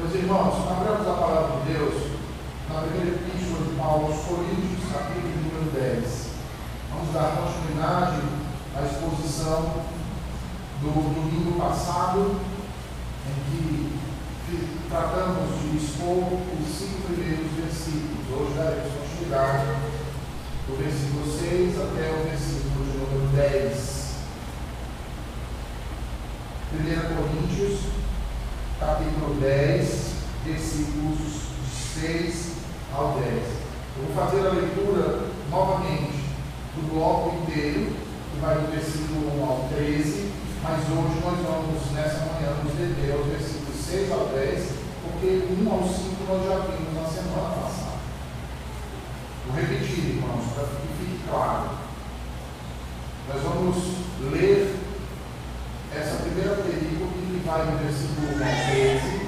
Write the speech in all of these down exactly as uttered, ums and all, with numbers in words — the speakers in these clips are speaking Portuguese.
Meus irmãos, abramos a palavra de Deus na primeira epístola de Paulo aos Coríntios, capítulo número dez. Vamos dar continuidade à exposição do domingo passado, em que tratamos de expor os cinco primeiros versículos. Hoje daremos continuidade do versículo seis até o versículo de número dez. primeira Coríntios, capítulo dez, versículos de seis ao dez. Eu vou fazer a leitura novamente do bloco inteiro, que vai do versículo um ao treze, mas hoje nós vamos, nessa manhã, nos deter aos versículos seis ao dez, porque um ao cinco nós já vimos na semana passada. Vou repetir, irmãos, para que fique claro. Nós vamos ler essa primeira perícope que vai do versículo um ao treze,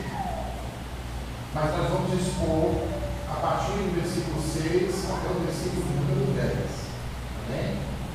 mas nós vamos expor a partir do versículo seis até o versículo número dez. Amém?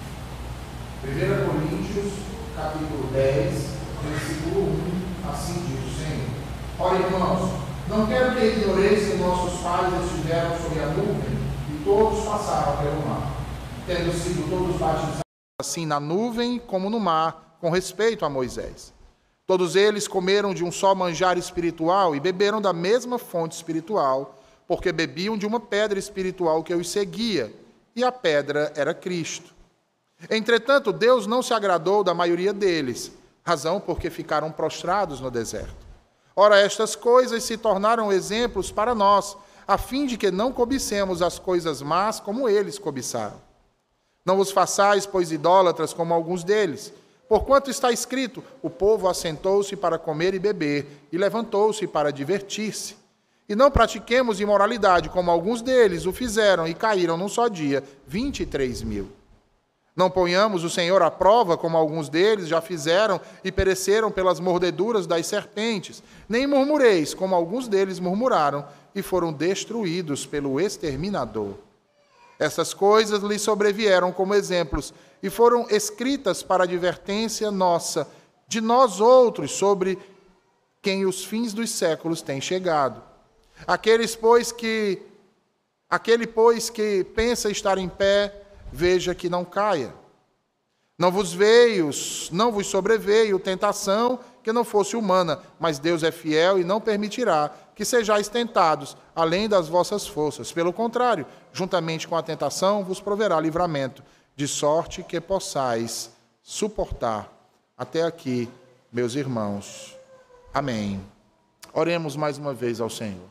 primeira Coríntios, capítulo dez, versículo um, assim diz o Senhor. Ora, irmãos, não quero que ignoreis que nossos pais estiveram sobre a nuvem e todos passaram pelo mar, tendo sido todos batizados assim na nuvem como no mar, com respeito a Moisés. Todos eles comeram de um só manjar espiritual e beberam da mesma fonte espiritual, porque bebiam de uma pedra espiritual que os seguia, e a pedra era Cristo. Entretanto, Deus não se agradou da maioria deles, razão porque ficaram prostrados no deserto. Ora, estas coisas se tornaram exemplos para nós, a fim de que não cobicemos as coisas más como eles cobiçaram. Não vos façais, pois, idólatras como alguns deles. Porquanto está escrito, o povo assentou-se para comer e beber, e levantou-se para divertir-se. E não pratiquemos imoralidade, como alguns deles o fizeram, e caíram num só dia, vinte e três mil. Não ponhamos o Senhor à prova, como alguns deles já fizeram, e pereceram pelas mordeduras das serpentes. Nem murmureis, como alguns deles murmuraram, e foram destruídos pelo exterminador. Essas coisas lhes sobrevieram como exemplos, e foram escritas para advertência nossa, de nós outros, sobre quem os fins dos séculos têm chegado. Aqueles, pois, que, aquele, pois, que pensa estar em pé, veja que não caia. Não vos veio, não vos sobreveio tentação que não fosse humana, mas Deus é fiel e não permitirá que sejais tentados, além das vossas forças. Pelo contrário, juntamente com a tentação, vos proverá livramento, de sorte que possais suportar. Até aqui, meus irmãos. Amém. Oremos mais uma vez ao Senhor.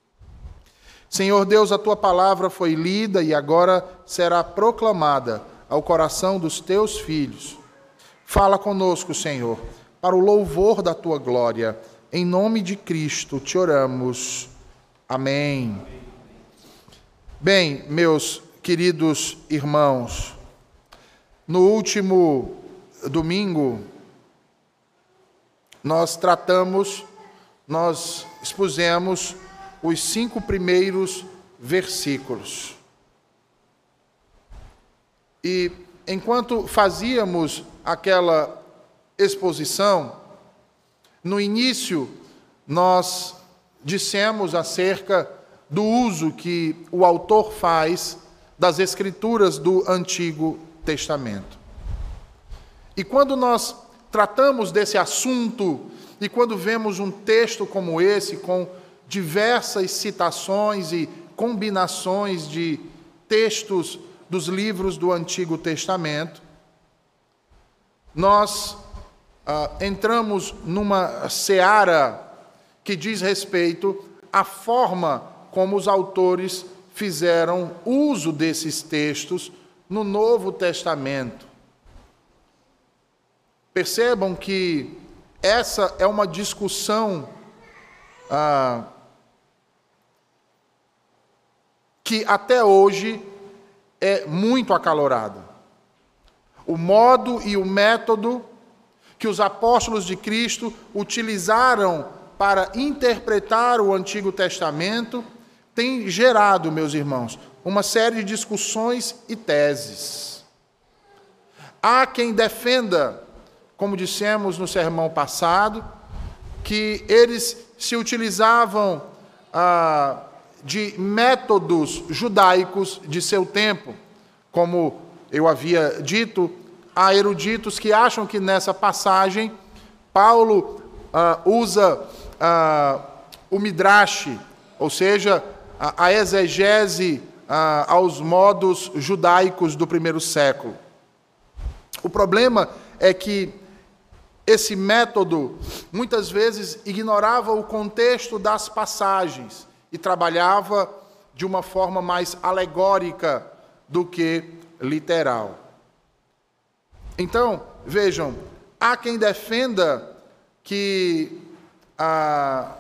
Senhor Deus, a tua palavra foi lida e agora será proclamada ao coração dos teus filhos. Fala conosco, Senhor, para o louvor da tua glória. Em nome de Cristo te oramos. Amém. Bem, meus queridos irmãos, no último domingo, nós tratamos, nós expusemos os cinco primeiros versículos. E enquanto fazíamos aquela exposição, no início nós dissemos acerca do uso que o autor faz das Escrituras do Antigo Testamento. E quando nós tratamos desse assunto, e quando vemos um texto como esse, com diversas citações e combinações de textos dos livros do Antigo Testamento, nós ah, entramos numa seara que diz respeito à forma como os autores fizeram uso desses textos no Novo Testamento. Percebam que essa é uma discussão ah, que até hoje é muito acalorada. O modo e o método que os apóstolos de Cristo utilizaram para interpretar o Antigo Testamento tem gerado, meus irmãos, uma série de discussões e teses. Há quem defenda, como dissemos no sermão passado, que eles se utilizavam ah, de métodos judaicos de seu tempo. Como eu havia dito, há eruditos que acham que nessa passagem Paulo ah, usa ah, o midrash, ou seja, a, a exegese ah, aos modos judaicos do primeiro século. O problema é que esse método muitas vezes ignorava o contexto das passagens e trabalhava de uma forma mais alegórica do que literal. Então, vejam, há quem defenda que ah,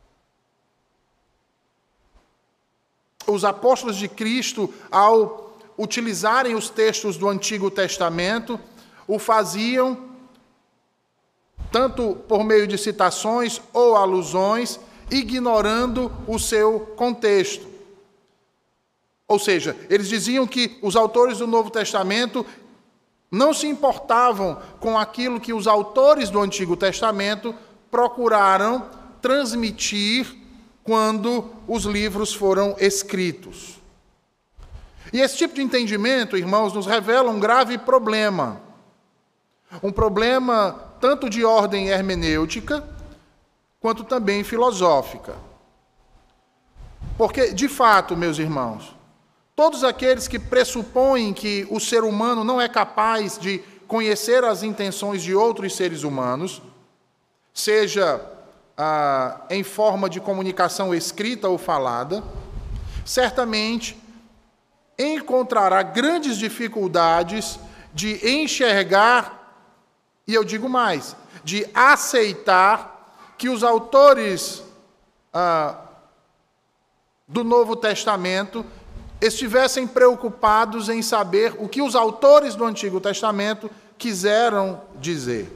os apóstolos de Cristo, ao utilizarem os textos do Antigo Testamento, o faziam tanto por meio de citações ou alusões, ignorando o seu contexto. Ou seja, eles diziam que os autores do Novo Testamento não se importavam com aquilo que os autores do Antigo Testamento procuraram transmitir quando os livros foram escritos. E esse tipo de entendimento, irmãos, nos revela um grave problema. Um problema tanto de ordem hermenêutica, quanto também filosófica. Porque, de fato, meus irmãos, todos aqueles que pressupõem que o ser humano não é capaz de conhecer as intenções de outros seres humanos, seja ah, em forma de comunicação escrita ou falada, certamente encontrará grandes dificuldades de enxergar, e eu digo mais, de aceitar que os autores ah, do Novo Testamento estivessem preocupados em saber o que os autores do Antigo Testamento quiseram dizer.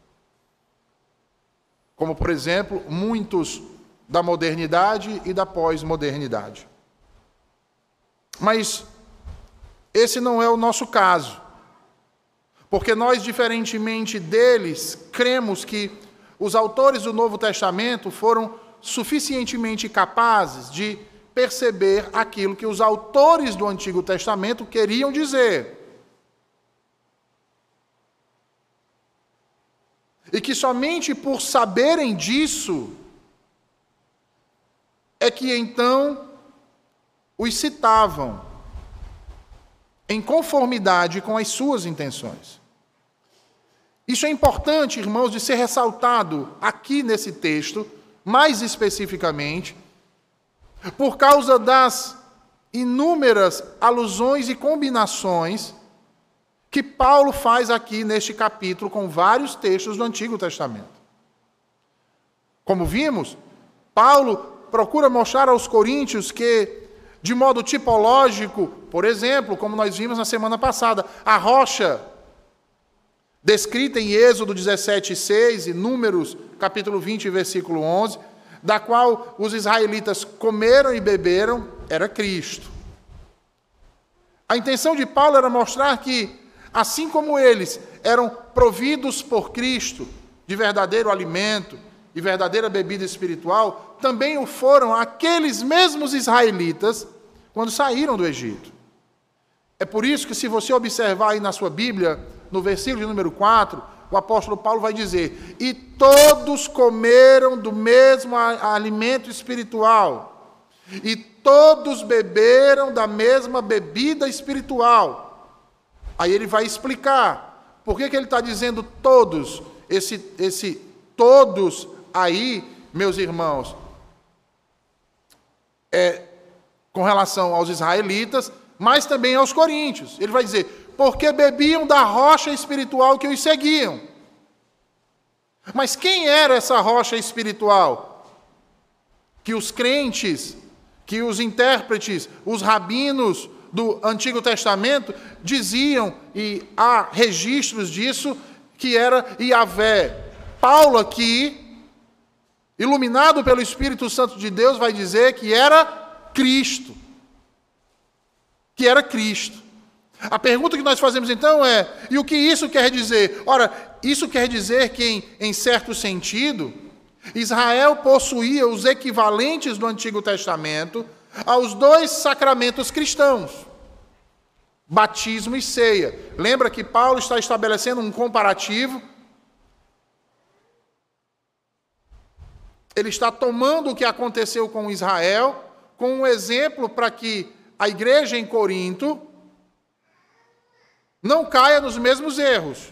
Como, por exemplo, muitos da modernidade e da pós-modernidade. Mas esse não é o nosso caso. Porque nós, diferentemente deles, cremos que os autores do Novo Testamento foram suficientemente capazes de perceber aquilo que os autores do Antigo Testamento queriam dizer. E que somente por saberem disso é que então os citavam em conformidade com as suas intenções. Isso é importante, irmãos, de ser ressaltado aqui nesse texto, mais especificamente, por causa das inúmeras alusões e combinações que Paulo faz aqui neste capítulo com vários textos do Antigo Testamento. Como vimos, Paulo procura mostrar aos coríntios que, de modo tipológico, por exemplo, como nós vimos na semana passada, a rocha descrita em Êxodo dezessete, seis e Números, capítulo vinte, versículo onze, da qual os israelitas comeram e beberam, era Cristo. A intenção de Paulo era mostrar que, assim como eles eram providos por Cristo de verdadeiro alimento e verdadeira bebida espiritual, também o foram aqueles mesmos israelitas quando saíram do Egito. É por isso que, se você observar aí na sua Bíblia, no versículo de número quatro, o apóstolo Paulo vai dizer: e todos comeram do mesmo alimento espiritual, e todos beberam da mesma bebida espiritual. Aí ele vai explicar por que, que ele está dizendo todos. Esse, esse todos aí, meus irmãos, é com relação aos israelitas, mas também aos coríntios. Ele vai dizer: porque bebiam da rocha espiritual que os seguiam. Mas quem era essa rocha espiritual? Que os crentes, que os intérpretes, os rabinos do Antigo Testamento diziam, e há registros disso, que era Yahvé. Paulo aqui, iluminado pelo Espírito Santo de Deus, vai dizer que era Cristo. Que era Cristo. A pergunta que nós fazemos então é: e o que isso quer dizer? Ora, isso quer dizer que, em, em certo sentido, Israel possuía os equivalentes do Antigo Testamento aos dois sacramentos cristãos, batismo e ceia. Lembra que Paulo está estabelecendo um comparativo? Ele está tomando o que aconteceu com Israel com um exemplo para que a igreja em Corinto não caia nos mesmos erros.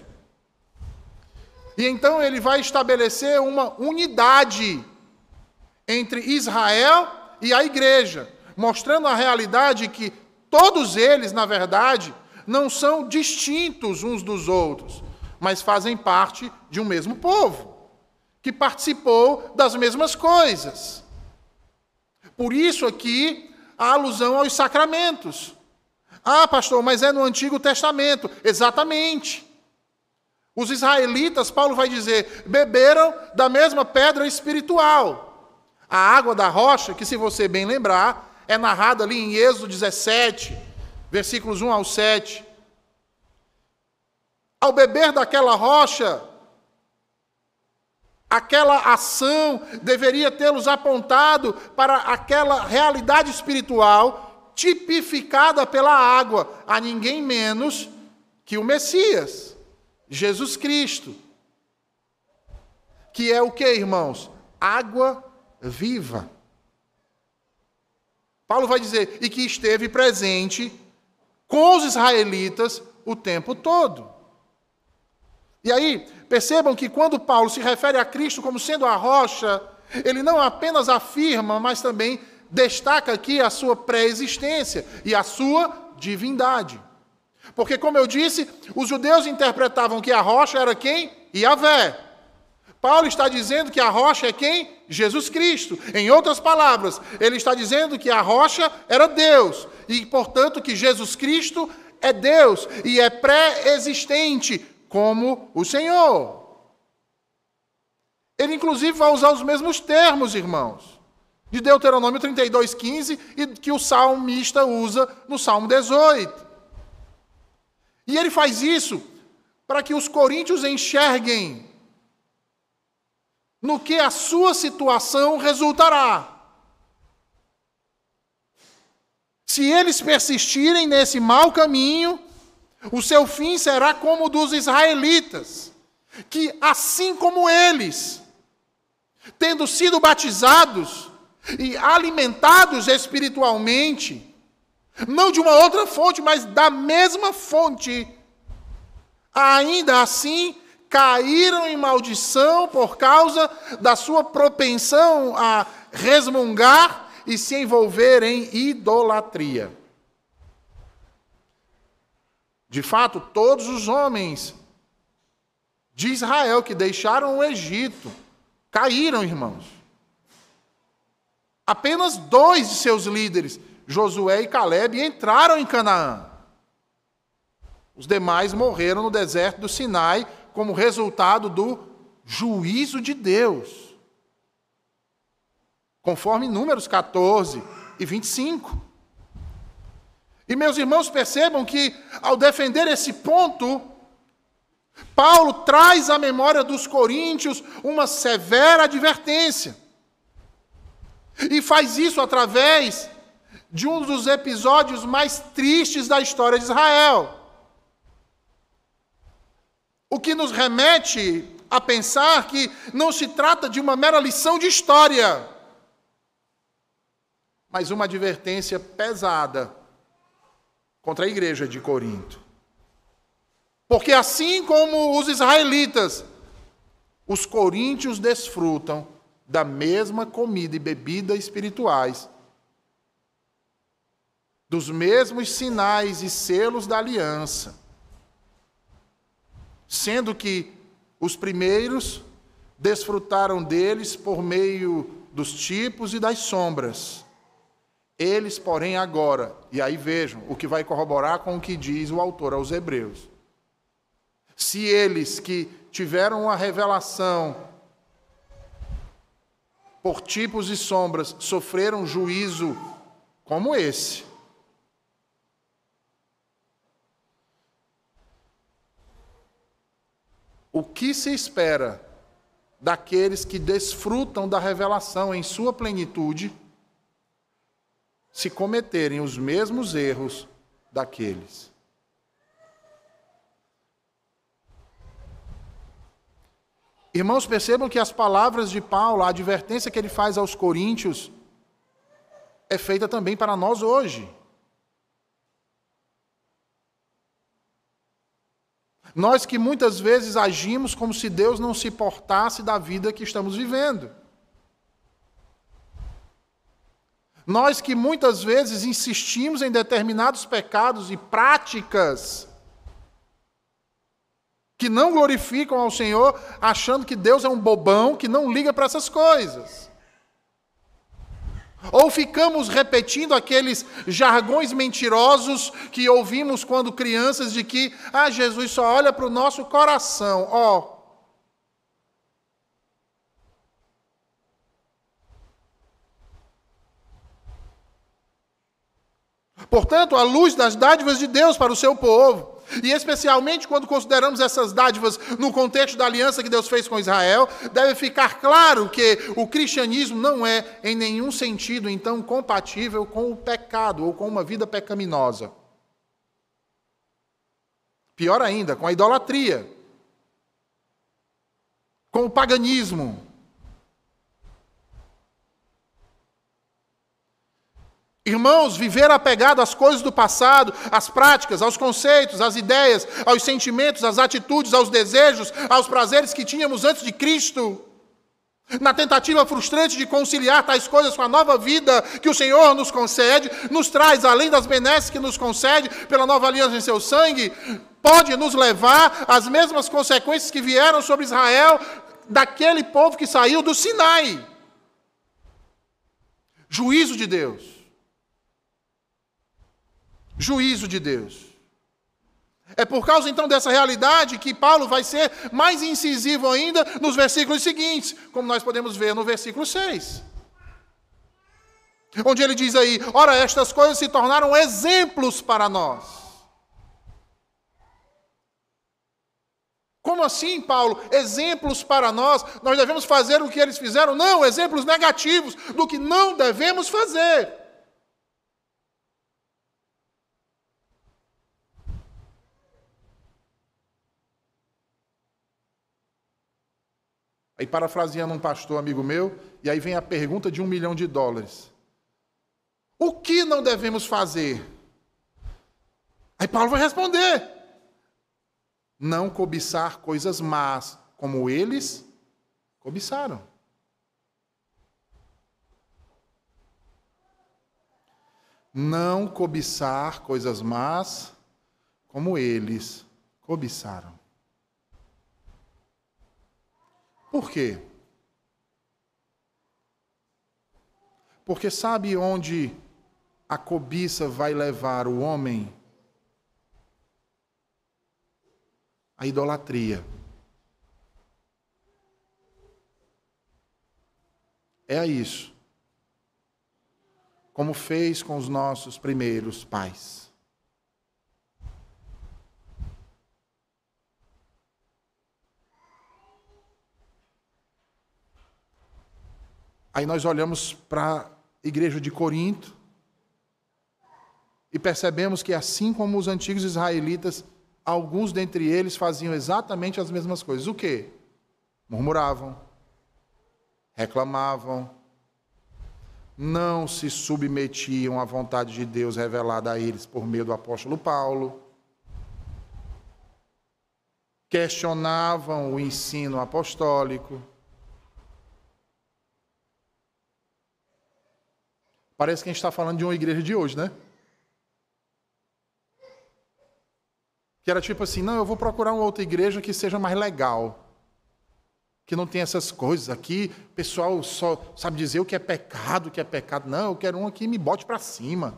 E então ele vai estabelecer uma unidade entre Israel e a igreja, mostrando a realidade que todos eles, na verdade, não são distintos uns dos outros, mas fazem parte de um mesmo povo, que participou das mesmas coisas. Por isso aqui a alusão aos sacramentos. Ah, pastor, mas é no Antigo Testamento. Exatamente. Os israelitas, Paulo vai dizer, beberam da mesma pedra espiritual. A água da rocha, que se você bem lembrar, é narrada ali em Êxodo dezessete, versículos um ao sete. Ao beber daquela rocha, aquela ação deveria tê-los apontado para aquela realidade espiritual tipificada pela água, a ninguém menos que o Messias, Jesus Cristo, que é o que, irmãos? Água viva. Paulo vai dizer, e que esteve presente com os israelitas o tempo todo. E aí, percebam que quando Paulo se refere a Cristo como sendo a rocha, ele não apenas afirma, mas também destaca aqui a sua pré-existência e a sua divindade. Porque, como eu disse, os judeus interpretavam que a rocha era quem? Yahvé. Paulo está dizendo que a rocha é quem? Jesus Cristo. Em outras palavras, ele está dizendo que a rocha era Deus. E, portanto, que Jesus Cristo é Deus e é pré-existente como o Senhor. Ele, inclusive, vai usar os mesmos termos, irmãos, de Deuteronômio trinta e dois, quinze, e que o salmista usa no Salmo dezoito. E ele faz isso para que os coríntios enxerguem no que a sua situação resultará. Se eles persistirem nesse mau caminho, o seu fim será como o dos israelitas, que assim como eles, tendo sido batizados e alimentados espiritualmente, não de uma outra fonte, mas da mesma fonte, ainda assim caíram em maldição por causa da sua propensão a resmungar e se envolver em idolatria. De fato, todos os homens de Israel que deixaram o Egito caíram, irmãos. Apenas dois de seus líderes, Josué e Calebe, entraram em Canaã. Os demais morreram no deserto do Sinai como resultado do juízo de Deus, conforme Números catorze e vinte e cinco. E meus irmãos, percebam que, ao defender esse ponto, Paulo traz à memória dos coríntios uma severa advertência. E faz isso através de um dos episódios mais tristes da história de Israel. O que nos remete a pensar que não se trata de uma mera lição de história, mas uma advertência pesada contra a igreja de Corinto. Porque assim como os israelitas, os coríntios desfrutam da mesma comida e bebida espirituais, dos mesmos sinais e selos da aliança, sendo que os primeiros desfrutaram deles por meio dos tipos e das sombras. Eles, porém, agora, e aí vejam, o que vai corroborar com o que diz o autor aos Hebreus. Se eles que tiveram a revelação por tipos e sombras sofreram juízo como esse, o que se espera daqueles que desfrutam da revelação em sua plenitude, se cometerem os mesmos erros daqueles. Irmãos, percebam que as palavras de Paulo, a advertência que ele faz aos coríntios, é feita também para nós hoje. Nós que muitas vezes agimos como se Deus não se importasse da vida que estamos vivendo. Nós que muitas vezes insistimos em determinados pecados e práticas que não glorificam ao Senhor, achando que Deus é um bobão que não liga para essas coisas. Ou ficamos repetindo aqueles jargões mentirosos que ouvimos quando crianças, de que, ah, Jesus só olha para o nosso coração, ó. Portanto, à luz das dádivas de Deus para o seu povo, e especialmente quando consideramos essas dádivas no contexto da aliança que Deus fez com Israel, deve ficar claro que o cristianismo não é, em nenhum sentido, então, compatível com o pecado ou com uma vida pecaminosa. Pior ainda, com a idolatria, com o paganismo. Irmãos, viver apegado às coisas do passado, às práticas, aos conceitos, às ideias, aos sentimentos, às atitudes, aos desejos, aos prazeres que tínhamos antes de Cristo, na tentativa frustrante de conciliar tais coisas com a nova vida que o Senhor nos concede, nos traz, além das benesses que nos concede pela nova aliança em seu sangue, pode nos levar às mesmas consequências que vieram sobre Israel, daquele povo que saiu do Sinai. Juízo de Deus. Juízo de Deus. É por causa então dessa realidade que Paulo vai ser mais incisivo ainda nos versículos seguintes, como nós podemos ver no versículo seis. Onde ele diz aí, ora, estas coisas se tornaram exemplos para nós. Como assim, Paulo? Exemplos para nós? Nós devemos fazer o que eles fizeram? Não, exemplos negativos do que não devemos fazer. Aí, parafraseando um pastor amigo meu, e aí vem a pergunta de um milhão de dólares. O que não devemos fazer? Aí Paulo vai responder. Não cobiçar coisas más, como eles cobiçaram. Não cobiçar coisas más, como eles cobiçaram. Por quê? Porque sabe onde a cobiça vai levar o homem? A idolatria. É a isso. Como fez com os nossos primeiros pais. Aí nós olhamos para a igreja de Corinto e percebemos que, assim como os antigos israelitas, alguns dentre eles faziam exatamente as mesmas coisas. O quê? Murmuravam, reclamavam, não se submetiam à vontade de Deus revelada a eles por meio do apóstolo Paulo, questionavam o ensino apostólico. Parece que a gente está falando de uma igreja de hoje, né? Que era tipo assim, não, eu vou procurar uma outra igreja que seja mais legal. Que não tem essas coisas aqui. O pessoal só sabe dizer o que é pecado, o que é pecado. Não, eu quero uma que me bote para cima.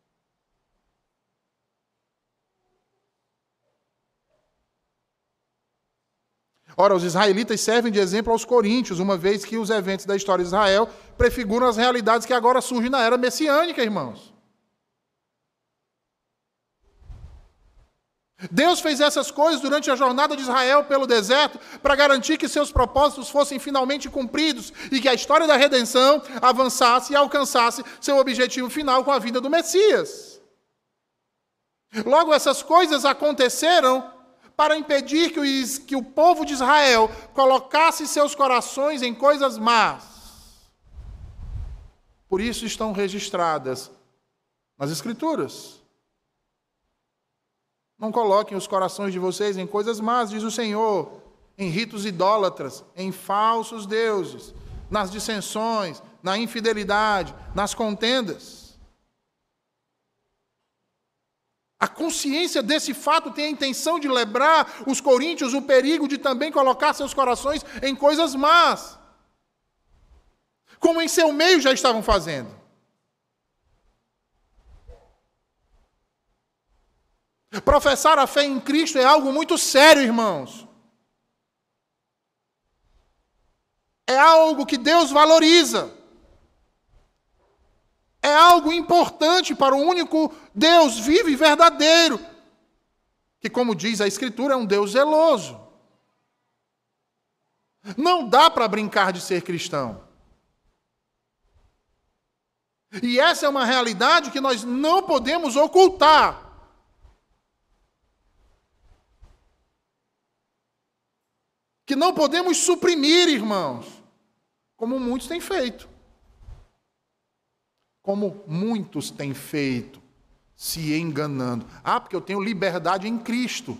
Ora, os israelitas servem de exemplo aos coríntios, uma vez que os eventos da história de Israel prefiguram as realidades que agora surgem na era messiânica, irmãos. Deus fez essas coisas durante a jornada de Israel pelo deserto para garantir que seus propósitos fossem finalmente cumpridos e que a história da redenção avançasse e alcançasse seu objetivo final com a vinda do Messias. Logo, essas coisas aconteceram para impedir que o, que o povo de Israel colocasse seus corações em coisas más. Por isso estão registradas nas Escrituras. Não coloquem os corações de vocês em coisas más, diz o Senhor, em ritos idólatras, em falsos deuses, nas dissensões, na infidelidade, nas contendas. A consciência desse fato tem a intenção de lembrar os coríntios o perigo de também colocar seus corações em coisas más, como em seu meio já estavam fazendo. Professar a fé em Cristo é algo muito sério, irmãos. É algo que Deus valoriza. É algo importante para o único Deus vivo e verdadeiro, que, como diz a Escritura, é um Deus zeloso. Não dá para brincar de ser cristão. E essa é uma realidade que nós não podemos ocultar. Que não podemos suprimir, irmãos, como muitos têm feito. Como muitos têm feito, se enganando. Ah, porque eu tenho liberdade em Cristo.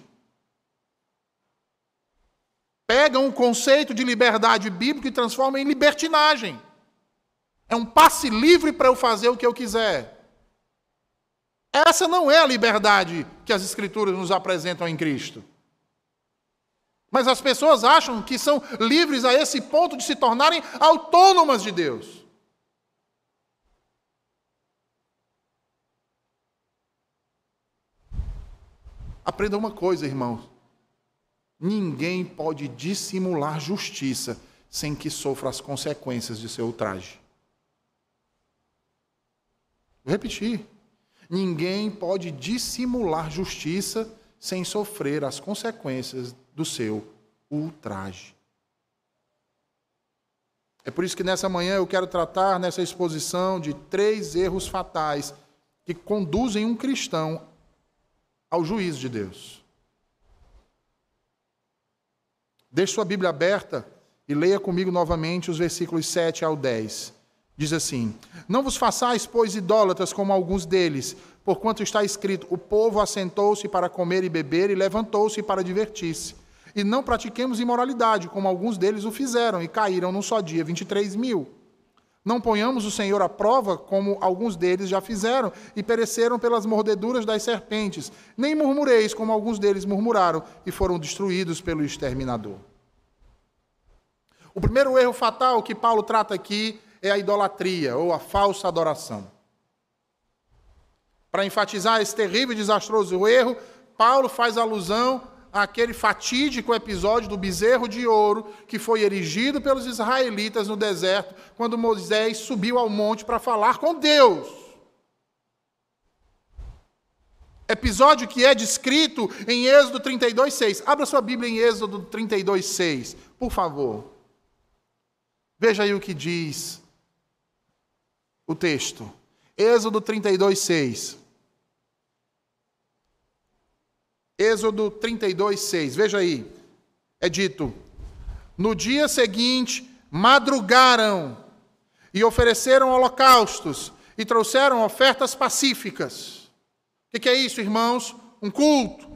Pegam o conceito de liberdade bíblica e transformam em libertinagem. É um passe livre para eu fazer o que eu quiser. Essa não é a liberdade que as Escrituras nos apresentam em Cristo. Mas as pessoas acham que são livres a esse ponto de se tornarem autônomas de Deus. Aprenda uma coisa, irmãos. Ninguém pode dissimular justiça sem que sofra as consequências de seu ultraje. Vou repetir. Ninguém pode dissimular justiça sem sofrer as consequências do seu ultraje. É por isso que nessa manhã eu quero tratar nessa exposição de três erros fatais que conduzem um cristão ao juízo de Deus. Deixe sua Bíblia aberta e leia comigo novamente os versículos sete ao dez. Diz assim: não vos façais, pois, idólatras como alguns deles, porquanto está escrito, o povo assentou-se para comer e beber e levantou-se para divertir-se. E não pratiquemos imoralidade, como alguns deles o fizeram, e caíram num só dia vinte e três mil. Não ponhamos o Senhor à prova, como alguns deles já fizeram, e pereceram pelas mordeduras das serpentes. Nem murmureis, como alguns deles murmuraram, e foram destruídos pelo exterminador. O primeiro erro fatal que Paulo trata aqui é a idolatria, ou a falsa adoração. Para enfatizar esse terrível e desastroso erro, Paulo faz alusão àquele fatídico episódio do bezerro de ouro que foi erigido pelos israelitas no deserto, quando Moisés subiu ao monte para falar com Deus. Episódio que é descrito em Êxodo trinta e dois, seis. Abra sua Bíblia em Êxodo trinta e dois, seis, por favor. Veja aí o que diz o texto. Êxodo trinta e dois, seis. Êxodo trinta e dois, seis. Veja aí. É dito: no dia seguinte, madrugaram e ofereceram holocaustos e trouxeram ofertas pacíficas. O que é isso, irmãos? Um culto.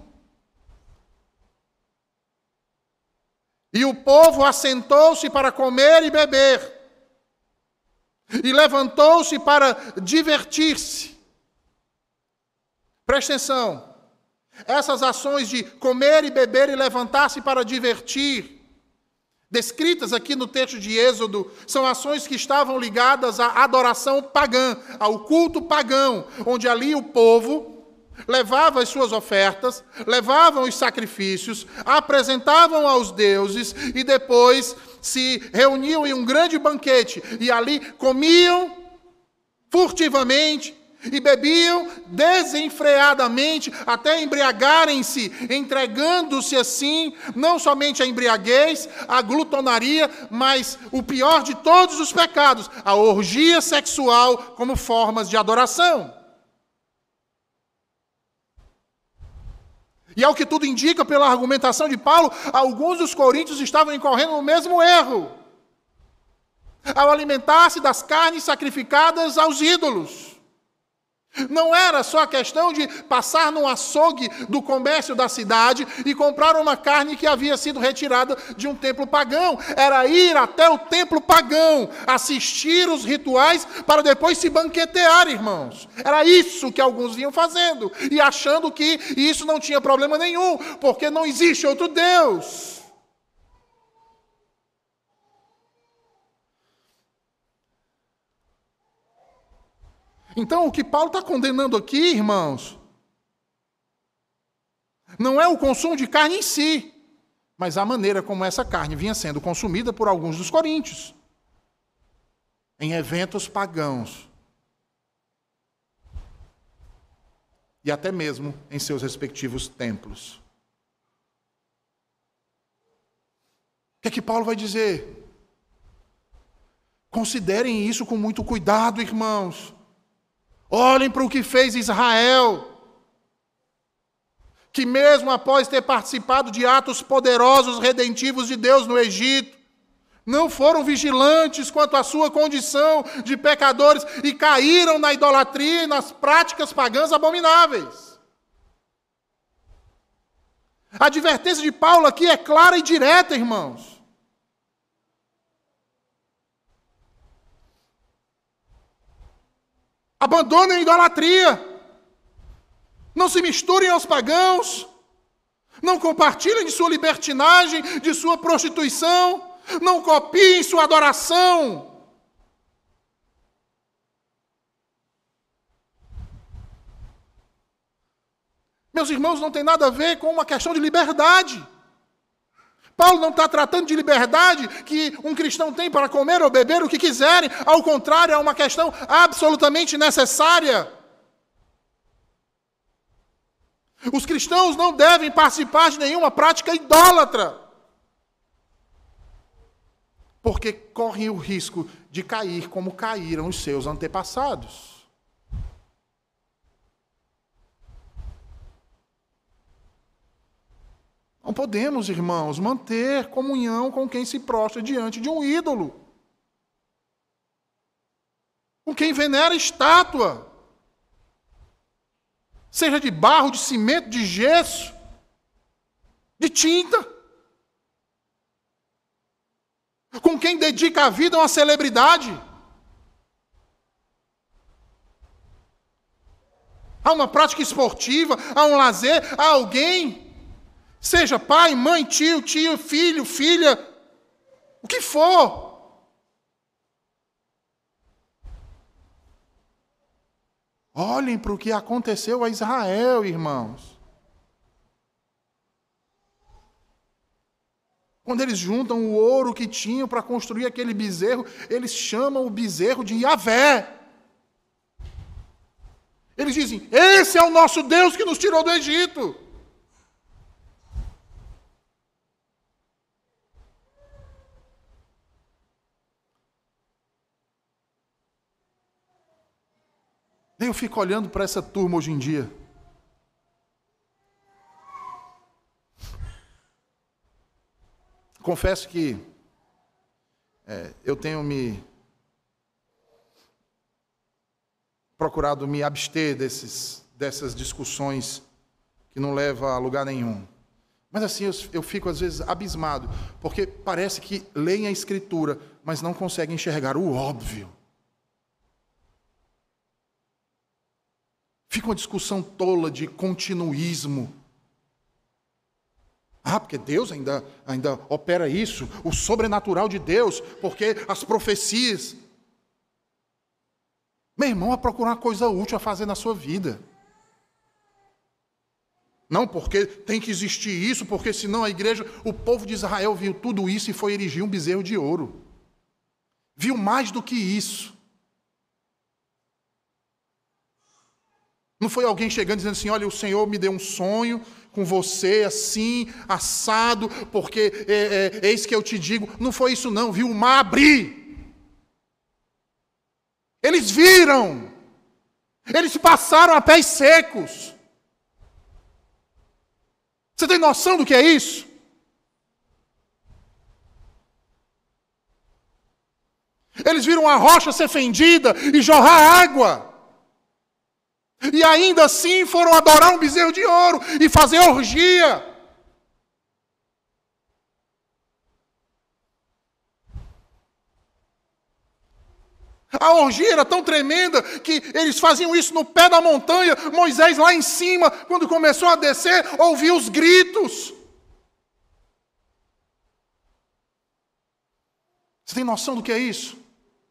E o povo assentou-se para comer e beber. E levantou-se para divertir-se. Preste atenção. Essas ações de comer e beber e levantar-se para divertir, descritas aqui no texto de Êxodo, são ações que estavam ligadas à adoração pagã, ao culto pagão, onde ali o povo levava as suas ofertas, levavam os sacrifícios, apresentavam aos deuses e depois se reuniam em um grande banquete e ali comiam furtivamente e bebiam desenfreadamente até embriagarem-se, entregando-se assim, não somente à embriaguez, à glutonaria, mas o pior de todos os pecados, a orgia sexual como formas de adoração. E ao que tudo indica, pela argumentação de Paulo, alguns dos coríntios estavam incorrendo no mesmo erro, ao alimentar-se das carnes sacrificadas aos ídolos. Não era só a questão de passar no açougue do comércio da cidade e comprar uma carne que havia sido retirada de um templo pagão. Era ir até o templo pagão, assistir os rituais para depois se banquetear, irmãos. Era isso que alguns vinham fazendo e achando que isso não tinha problema nenhum, porque não existe outro Deus. Então, o que Paulo está condenando aqui, irmãos, não é o consumo de carne em si, mas a maneira como essa carne vinha sendo consumida por alguns dos coríntios, em eventos pagãos, e até mesmo em seus respectivos templos. O que é que Paulo vai dizer? Considerem isso com muito cuidado, irmãos. Olhem para o que fez Israel, que mesmo após ter participado de atos poderosos redentivos de Deus no Egito, não foram vigilantes quanto à sua condição de pecadores e caíram na idolatria e nas práticas pagãs abomináveis. A advertência de Paulo aqui é clara e direta, irmãos. Abandonem a idolatria. Não se misturem aos pagãos. Não compartilhem de sua libertinagem, de sua prostituição. Não copiem sua adoração. Meus irmãos, não tem nada a ver com uma questão de liberdade. Paulo não está tratando de liberdade que um cristão tem para comer ou beber o que quiserem. Ao contrário, é uma questão absolutamente necessária. Os cristãos não devem participar de nenhuma prática idólatra, porque correm o risco de cair como caíram os seus antepassados. Não podemos, irmãos, manter comunhão com quem se prostra diante de um ídolo, com quem venera estátua, seja de barro, de cimento, de gesso, de tinta, com quem dedica a vida a uma celebridade, a uma prática esportiva, a um lazer, a alguém. Seja pai, mãe, tio, tio, filho, filha, o que for. Olhem para o que aconteceu a Israel, irmãos. Quando eles juntam o ouro que tinham para construir aquele bezerro, eles chamam o bezerro de Yahvé. Eles dizem, esse é o nosso Deus que nos tirou do Egito. Eu fico olhando para essa turma hoje em dia. Confesso que é, eu tenho me procurado me abster desses, dessas discussões que não levam a lugar nenhum. Mas assim, eu, eu fico às vezes abismado, porque parece que leem a Escritura, mas não conseguem enxergar o óbvio. Fica uma discussão tola de continuismo. Ah, porque Deus ainda, ainda opera isso, o sobrenatural de Deus, porque as profecias. Meu irmão, a procurar uma coisa útil a fazer na sua vida. Não porque tem que existir isso, porque senão a igreja, o povo de Israel viu tudo isso e foi erigir um bezerro de ouro. Viu mais do que isso. Não foi alguém chegando dizendo assim, olha, o Senhor me deu um sonho com você, assim, assado, porque é, é, eis que eu te digo. Não foi isso não, viu o mar abrir. Eles viram. Eles passaram a pés secos. Você tem noção do que é isso? Eles viram a rocha ser fendida e jorrar água. E ainda assim foram adorar um bezerro de ouro e fazer orgia. A orgia era tão tremenda que eles faziam isso no pé da montanha. Moisés lá em cima, quando começou a descer, ouviu os gritos. Você tem noção do que é isso?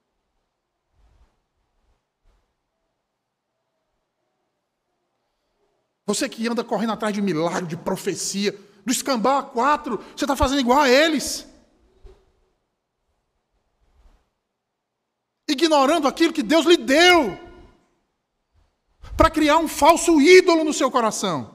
Você que anda correndo atrás de milagre, de profecia, do escambau a quatro, você está fazendo igual a eles. Ignorando aquilo que Deus lhe deu. Para criar um falso ídolo no seu coração.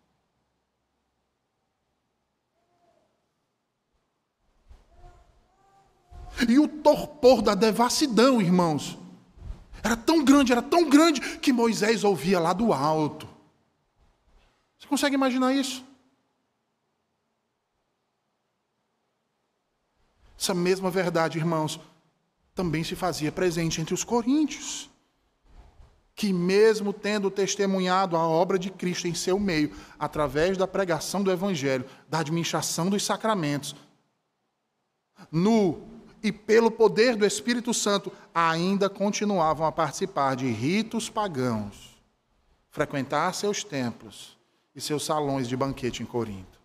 E o torpor da devassidão, irmãos, era tão grande, era tão grande, que Moisés ouvia lá do alto. Você consegue imaginar isso? Essa mesma verdade, irmãos, também se fazia presente entre os coríntios, que mesmo tendo testemunhado a obra de Cristo em seu meio, através da pregação do Evangelho, da administração dos sacramentos, no e pelo poder do Espírito Santo, ainda continuavam a participar de ritos pagãos, frequentar seus templos e seus salões de banquete em Corinto.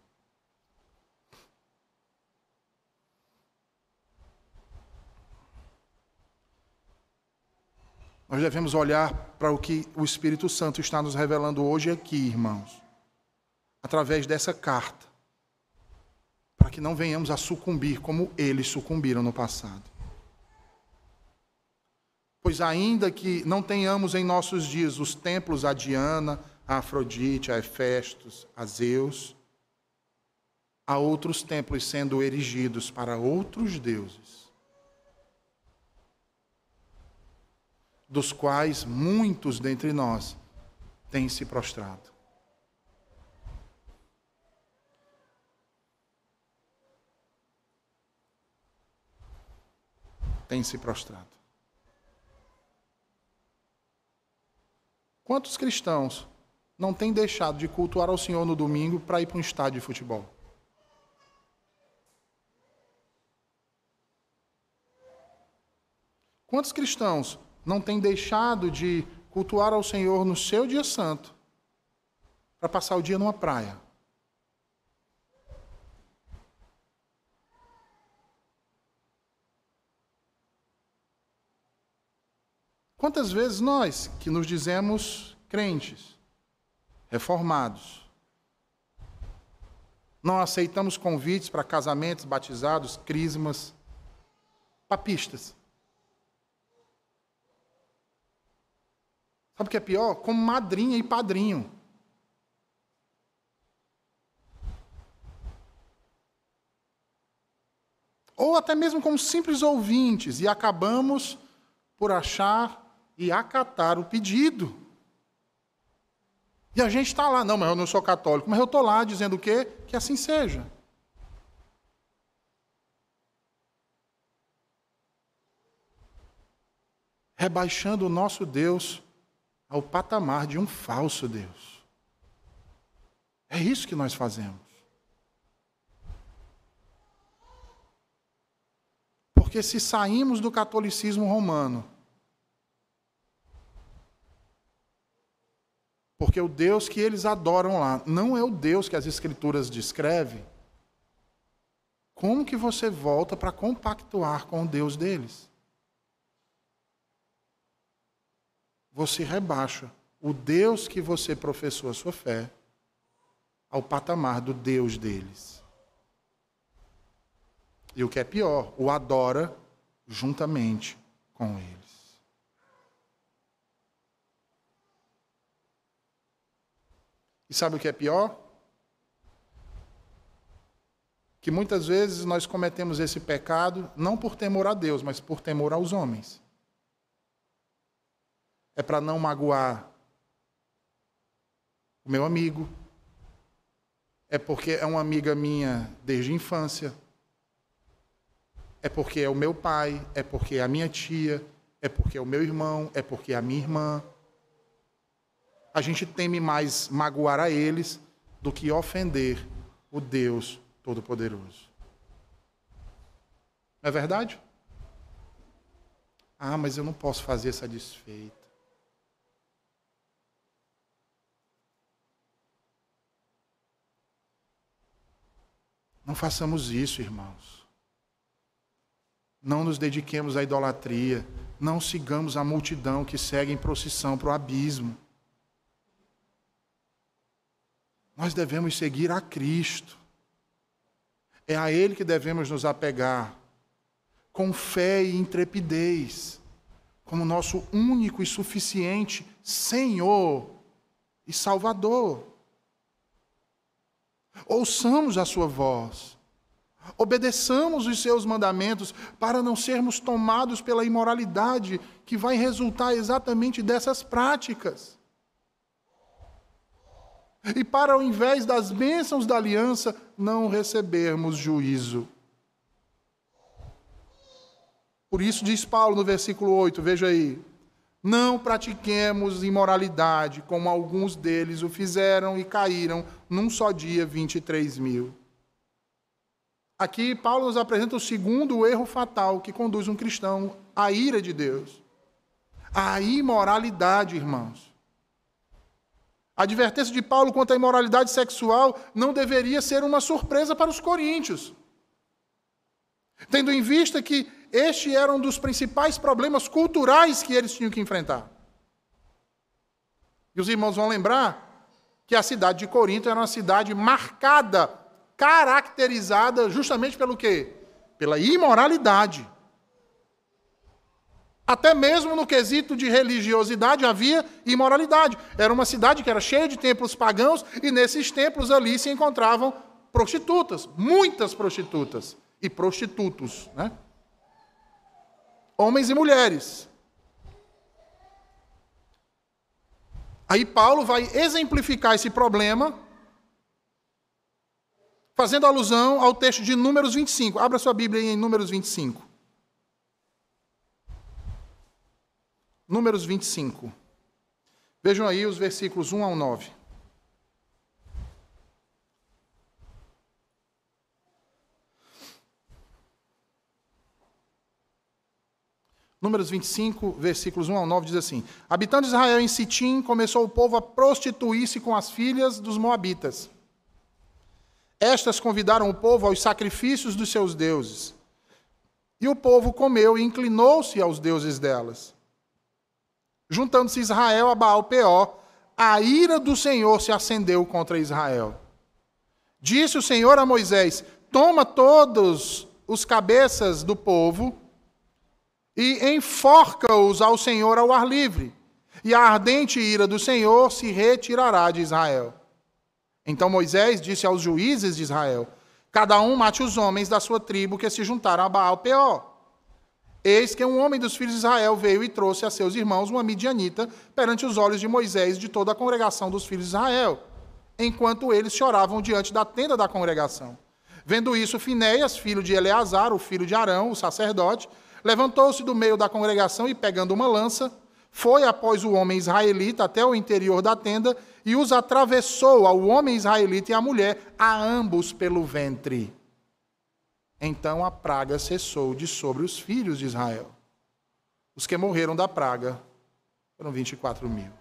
Nós devemos olhar para o que o Espírito Santo está nos revelando hoje aqui, irmãos, através dessa carta, para que não venhamos a sucumbir como eles sucumbiram no passado. Pois ainda que não tenhamos em nossos dias os templos a Diana, a Afrodite, a Hefestos, a Zeus, há outros templos sendo erigidos para outros deuses, dos quais muitos dentre nós têm se prostrado. Têm se prostrado. Quantos cristãos não têm deixado de cultuar ao Senhor no domingo para ir para um estádio de futebol? Quantos cristãos não têm deixado de cultuar ao Senhor no seu dia santo para passar o dia numa praia? Quantas vezes nós, que nos dizemos crentes, reformados, não aceitamos convites para casamentos, batizados, crismas, papistas? Sabe o que é pior? Como madrinha e padrinho. Ou até mesmo como simples ouvintes, e acabamos por achar e acatar o pedido. E a gente está lá, não, mas eu não sou católico, mas eu estou lá dizendo o quê? Que assim seja. Rebaixando o nosso Deus ao patamar de um falso Deus. É isso que nós fazemos. Porque se saímos do catolicismo romano, porque o Deus que eles adoram lá não é o Deus que as Escrituras descrevem, como que você volta para compactuar com o Deus deles? Você rebaixa o Deus que você professou a sua fé ao patamar do Deus deles. E o que é pior, o adora juntamente com eles. E sabe o que é pior? Que muitas vezes nós cometemos esse pecado não por temor a Deus, mas por temor aos homens. É para não magoar o meu amigo. É porque é uma amiga minha desde a infância. É porque é o meu pai, é porque é a minha tia, é porque é o meu irmão, é porque é a minha irmã. A gente teme mais magoar a eles do que ofender o Deus Todo-Poderoso. Não é verdade? Ah, mas eu não posso fazer essa desfeita. Não façamos isso, irmãos. Não nos dediquemos à idolatria. Não sigamos a multidão que segue em procissão para o abismo. Nós devemos seguir a Cristo. É a Ele que devemos nos apegar, com fé e intrepidez, como nosso único e suficiente Senhor e Salvador. Ouçamos a sua voz, obedeçamos os seus mandamentos para não sermos tomados pela imoralidade que vai resultar exatamente dessas práticas. E para, ao invés das bênçãos da aliança, não recebermos juízo. Por isso diz Paulo no versículo oito, veja aí. Não pratiquemos imoralidade, como alguns deles o fizeram e caíram num só dia vinte e três mil. Aqui Paulo nos apresenta o segundo erro fatal que conduz um cristão à ira de Deus. A imoralidade, irmãos. A advertência de Paulo quanto à imoralidade sexual não deveria ser uma surpresa para os coríntios. Tendo em vista que este era um dos principais problemas culturais que eles tinham que enfrentar. E os irmãos vão lembrar que a cidade de Corinto era uma cidade marcada, caracterizada justamente pelo quê? Pela imoralidade. Até mesmo no quesito de religiosidade havia imoralidade. Era uma cidade que era cheia de templos pagãos e nesses templos ali se encontravam prostitutas, muitas prostitutas e prostitutos, né? Homens e mulheres. Aí Paulo vai exemplificar esse problema fazendo alusão ao texto de Números vinte e cinco. Abra sua Bíblia aí em Números vinte e cinco. Números vinte e cinco. Vejam aí os versículos um ao nove. Números vinte e cinco, versículos um ao nove, diz assim: Habitando Israel em Sitim, começou o povo a prostituir-se com as filhas dos moabitas. Estas convidaram o povo aos sacrifícios dos seus deuses. E o povo comeu e inclinou-se aos deuses delas. Juntando-se Israel a Baal-Peor, a ira do Senhor se acendeu contra Israel. Disse o Senhor a Moisés: Toma todos os cabeças do povo e enforca-os ao Senhor ao ar livre, e a ardente ira do Senhor se retirará de Israel. Então Moisés disse aos juízes de Israel: Cada um mate os homens da sua tribo que se juntaram a Baal-Peor. Eis que um homem dos filhos de Israel veio e trouxe a seus irmãos uma midianita perante os olhos de Moisés e de toda a congregação dos filhos de Israel, enquanto eles choravam diante da tenda da congregação. Vendo isso, Finéias, filho de Eleazar, o filho de Arão, o sacerdote, levantou-se do meio da congregação e, pegando uma lança, foi após o homem israelita até o interior da tenda e os atravessou ao homem israelita e à mulher, a ambos pelo ventre. Então a praga cessou de sobre os filhos de Israel. Os que morreram da praga foram vinte e quatro mil.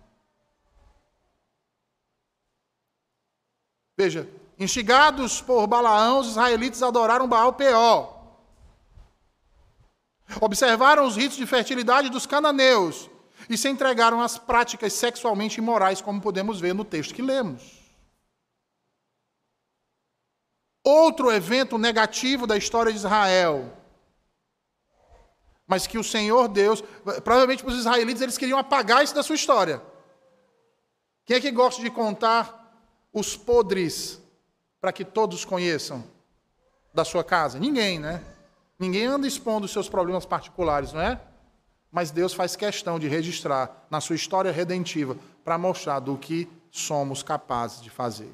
Veja, instigados por Balaão, os israelitas adoraram Baal-Peor. Observaram os ritos de fertilidade dos cananeus e se entregaram às práticas sexualmente imorais, como podemos ver no texto que lemos. Outro evento negativo da história de Israel, mas que o Senhor Deus, provavelmente para os israelitas, eles queriam apagar isso da sua história. Quem é que gosta de contar os podres para que todos conheçam da sua casa? Ninguém, né? Ninguém anda expondo os seus problemas particulares, não é? Mas Deus faz questão de registrar na sua história redentiva para mostrar do que somos capazes de fazer.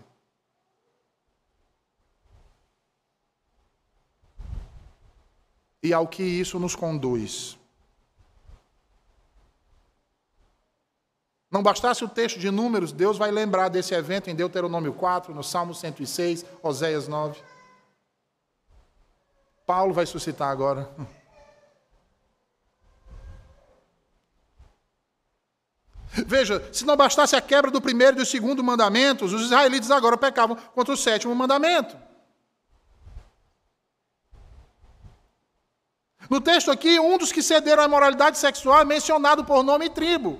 E ao que isso nos conduz. Não bastasse o texto de Números, Deus vai lembrar desse evento em Deuteronômio quatro, no Salmo cento e seis, Oséias nove. Paulo vai suscitar agora. Veja, se não bastasse a quebra do primeiro e do segundo mandamentos, os israelitas agora pecavam contra o sétimo mandamento. No texto aqui, um dos que cederam à imoralidade sexual é mencionado por nome e tribo.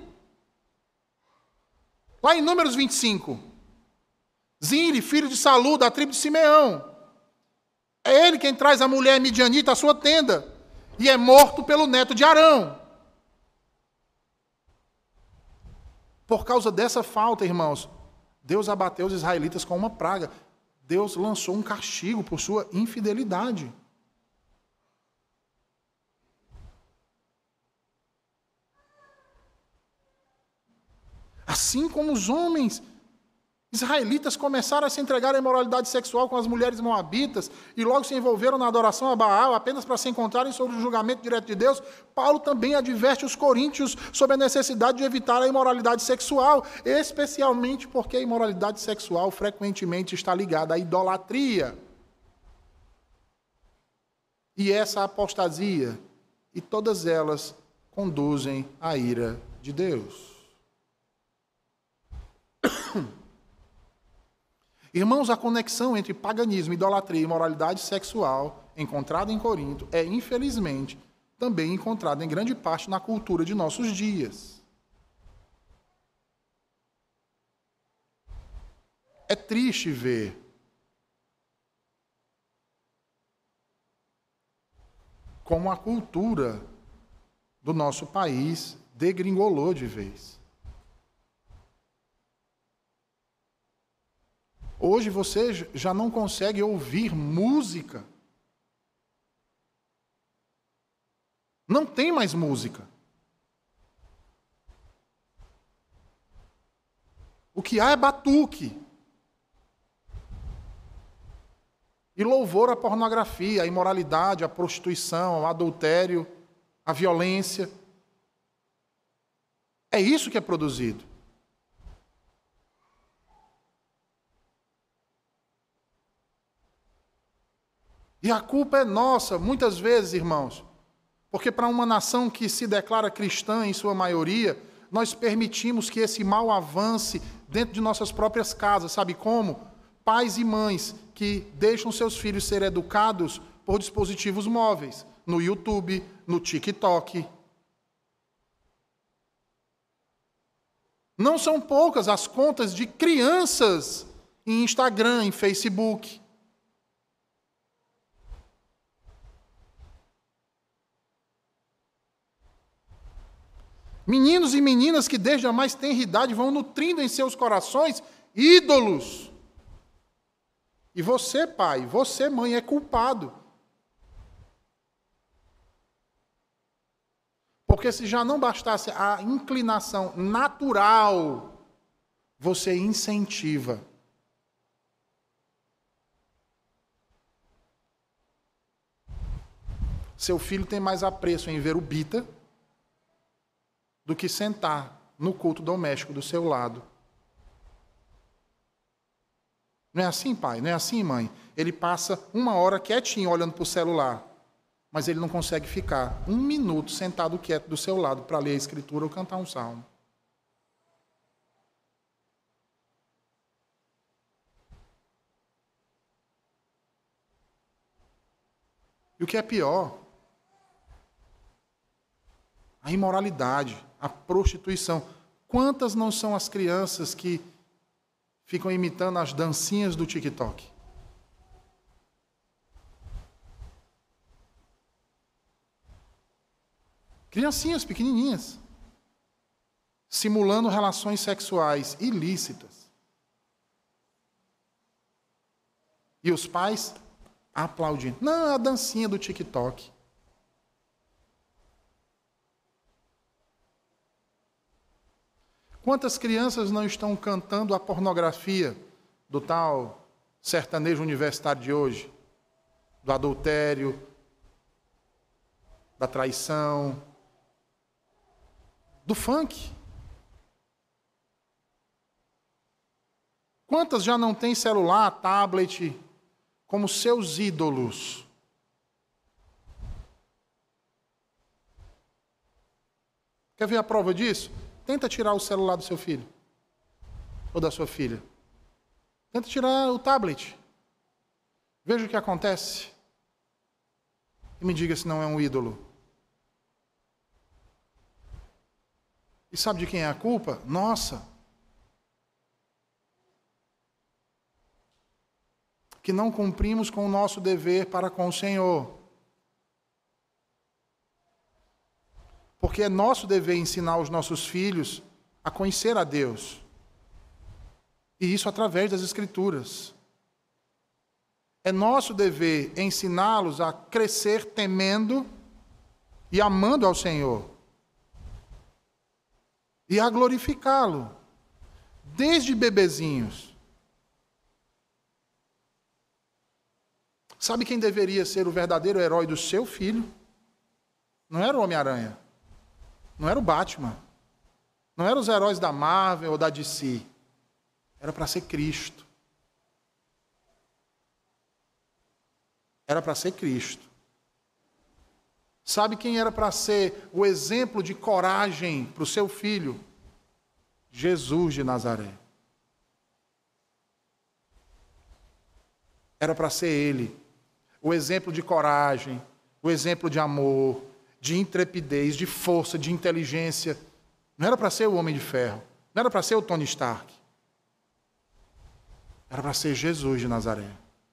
Lá em Números vinte e cinco. Zinri, filho de Salu, da tribo de Simeão. É ele quem traz a mulher midianita à sua tenda. E é morto pelo neto de Arão. Por causa dessa falta, irmãos, Deus abateu os israelitas com uma praga. Deus lançou um castigo por sua infidelidade. Assim como os homens israelitas começaram a se entregar à imoralidade sexual com as mulheres moabitas e logo se envolveram na adoração a Baal apenas para se encontrarem sob o julgamento direto de Deus, Paulo também adverte os coríntios sobre a necessidade de evitar a imoralidade sexual, especialmente porque a imoralidade sexual frequentemente está ligada à idolatria. E essa apostasia, e todas elas conduzem à ira de Deus. Irmãos, a conexão entre paganismo, idolatria e imoralidade sexual encontrada em Corinto é, infelizmente, também encontrada em grande parte na cultura de nossos dias. É triste ver como a cultura do nosso país degringolou de vez. Hoje você já não consegue ouvir música. Não tem mais música. O que há é batuque. E louvor à pornografia, à imoralidade, à prostituição, ao adultério, à violência. É isso que é produzido. E a culpa é nossa, muitas vezes, irmãos, porque para uma nação que se declara cristã em sua maioria, nós permitimos que esse mal avance dentro de nossas próprias casas. Sabe como? Pais e mães que deixam seus filhos ser educados por dispositivos móveis, no YouTube, no TikTok. Não são poucas as contas de crianças em Instagram, em Facebook. Meninos e meninas que desde a mais tenra idade vão nutrindo em seus corações ídolos. E você, pai, você, mãe, é culpado. Porque se já não bastasse a inclinação natural, você incentiva. Seu filho tem mais apreço em ver o Bita do que sentar no culto doméstico do seu lado. Não é assim, pai? Não é assim, mãe? Ele passa uma hora quietinho olhando para o celular, mas ele não consegue ficar um minuto sentado quieto do seu lado para ler a Escritura ou cantar um salmo. E o que é pior, a imoralidade, a prostituição. Quantas não são as crianças que ficam imitando as dancinhas do TikTok? Criancinhas pequenininhas, simulando relações sexuais ilícitas. E os pais aplaudindo. Não, a dancinha do TikTok. Quantas crianças não estão cantando a pornografia do tal sertanejo universitário de hoje? Do adultério, da traição, do funk. Quantas já não têm celular, tablet, como seus ídolos? Quer ver a prova disso? Tenta tirar o celular do seu filho. Ou da sua filha. Tenta tirar o tablet. Veja o que acontece. E me diga se não é um ídolo. E sabe de quem é a culpa? Nossa. Que não cumprimos com o nosso dever para com o Senhor. Porque é nosso dever ensinar os nossos filhos a conhecer a Deus. E isso através das Escrituras. É nosso dever ensiná-los a crescer temendo e amando ao Senhor. E a glorificá-lo. Desde bebezinhos. Sabe quem deveria ser o verdadeiro herói do seu filho? Não era o Homem-Aranha. Não era o Batman. Não eram os heróis da Marvel ou da D C. Era para ser Cristo. Era para ser Cristo. Sabe quem era para ser o exemplo de coragem para o seu filho? Jesus de Nazaré. Era para ser ele. O exemplo de coragem, o exemplo de amor, de intrepidez, de força, de inteligência. Não era para ser o Homem de Ferro. Não era para ser o Tony Stark. Era para ser Jesus de Nazaré.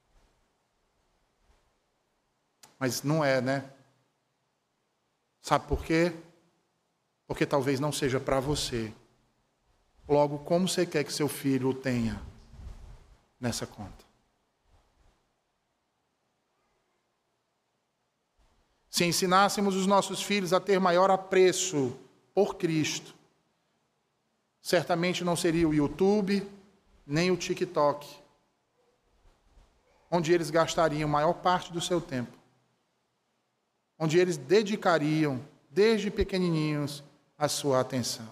Mas não é, né? Sabe por quê? Porque talvez não seja para você. Logo, como você quer que seu filho o tenha nessa conta? Se ensinássemos os nossos filhos a ter maior apreço por Cristo, certamente não seria o YouTube, nem o TikTok, onde eles gastariam maior parte do seu tempo, onde eles dedicariam, desde pequenininhos, a sua atenção.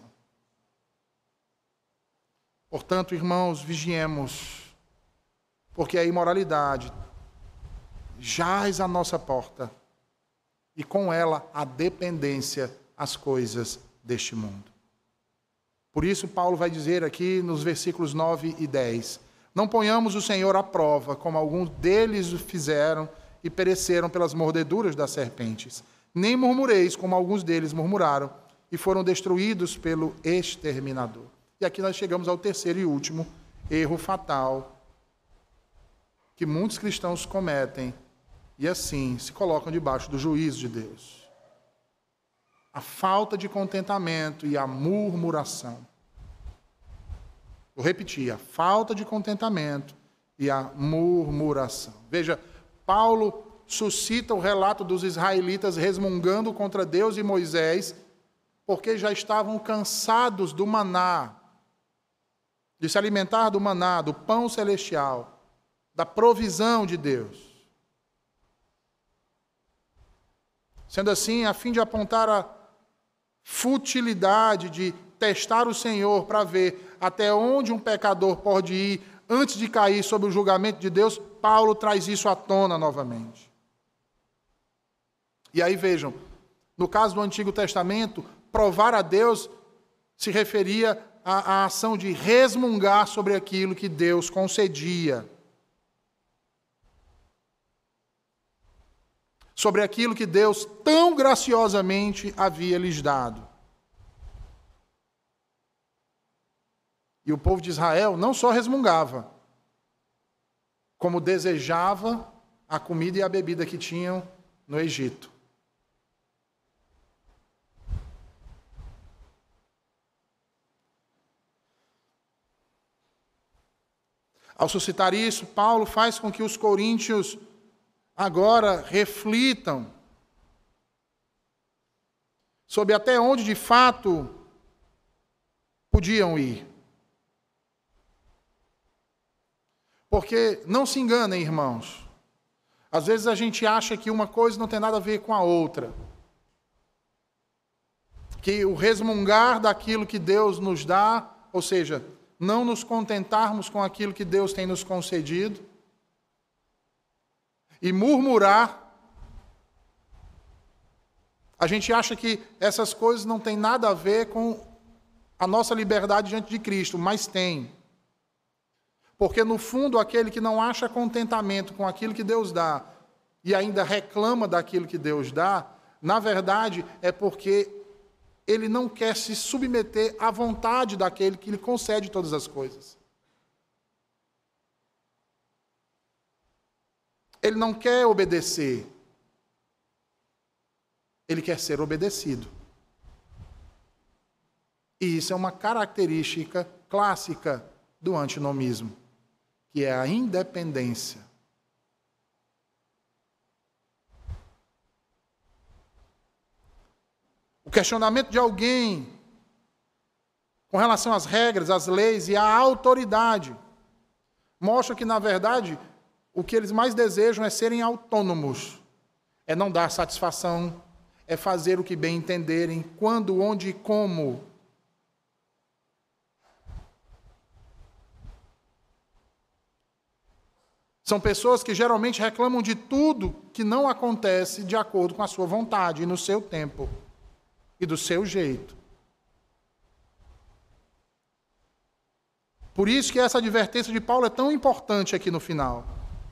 Portanto, irmãos, vigiemos, porque a imoralidade jaz à nossa porta, e com ela a dependência às coisas deste mundo. Por isso, Paulo vai dizer aqui nos versículos nove e dez, não ponhamos o Senhor à prova, como alguns deles o fizeram e pereceram pelas mordeduras das serpentes. Nem murmureis, como alguns deles murmuraram e foram destruídos pelo exterminador. E aqui nós chegamos ao terceiro e último erro fatal que muitos cristãos cometem e assim se colocam debaixo do juízo de Deus. A falta de contentamento e a murmuração. Vou repetir, a falta de contentamento e a murmuração. Veja, Paulo suscita o relato dos israelitas resmungando contra Deus e Moisés, porque já estavam cansados do maná, de se alimentar do maná, do pão celestial, da provisão de Deus. Sendo assim, a fim de apontar a futilidade de testar o Senhor para ver até onde um pecador pode ir antes de cair sob o julgamento de Deus, Paulo traz isso à tona novamente. E aí vejam, no caso do Antigo Testamento, provar a Deus se referia à, à ação de resmungar sobre aquilo que Deus concedia. Sobre aquilo que Deus tão graciosamente havia lhes dado. E o povo de Israel não só resmungava, como desejava a comida e a bebida que tinham no Egito. Ao suscitar isso, Paulo faz com que os coríntios agora reflitam sobre até onde de fato podiam ir. Porque não se enganem, irmãos. Às vezes a gente acha que uma coisa não tem nada a ver com a outra. Que o resmungar daquilo que Deus nos dá, ou seja, não nos contentarmos com aquilo que Deus tem nos concedido, e murmurar, a gente acha que essas coisas não têm nada a ver com a nossa liberdade diante de Cristo, mas tem. Porque, no fundo, aquele que não acha contentamento com aquilo que Deus dá e ainda reclama daquilo que Deus dá, na verdade, é porque ele não quer se submeter à vontade daquele que lhe concede todas as coisas. Ele não quer obedecer. Ele quer ser obedecido. E isso é uma característica clássica do antinomismo, que é a independência. O questionamento de alguém com relação às regras, às leis e à autoridade mostra que, na verdade, o que eles mais desejam é serem autônomos, é não dar satisfação, é fazer o que bem entenderem, quando, onde e como. São pessoas que geralmente reclamam de tudo que não acontece de acordo com a sua vontade e no seu tempo e do seu jeito. Por isso que essa advertência de Paulo é tão importante aqui no final.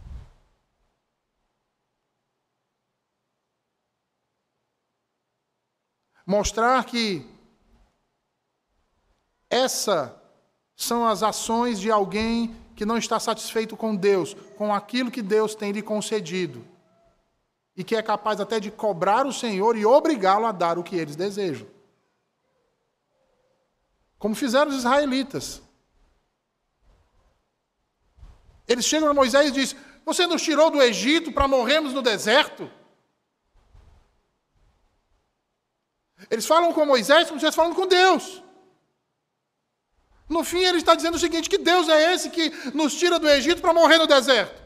Mostrar que essas são as ações de alguém que não está satisfeito com Deus, com aquilo que Deus tem lhe concedido, e que é capaz até de cobrar o Senhor e obrigá-lo a dar o que eles desejam. Como fizeram os israelitas. Eles chegam a Moisés e dizem: você nos tirou do Egito para morrermos no deserto? Eles falam com Moisés como se estivessem falando com Deus. No fim, ele está dizendo o seguinte, que Deus é esse que nos tira do Egito para morrer no deserto.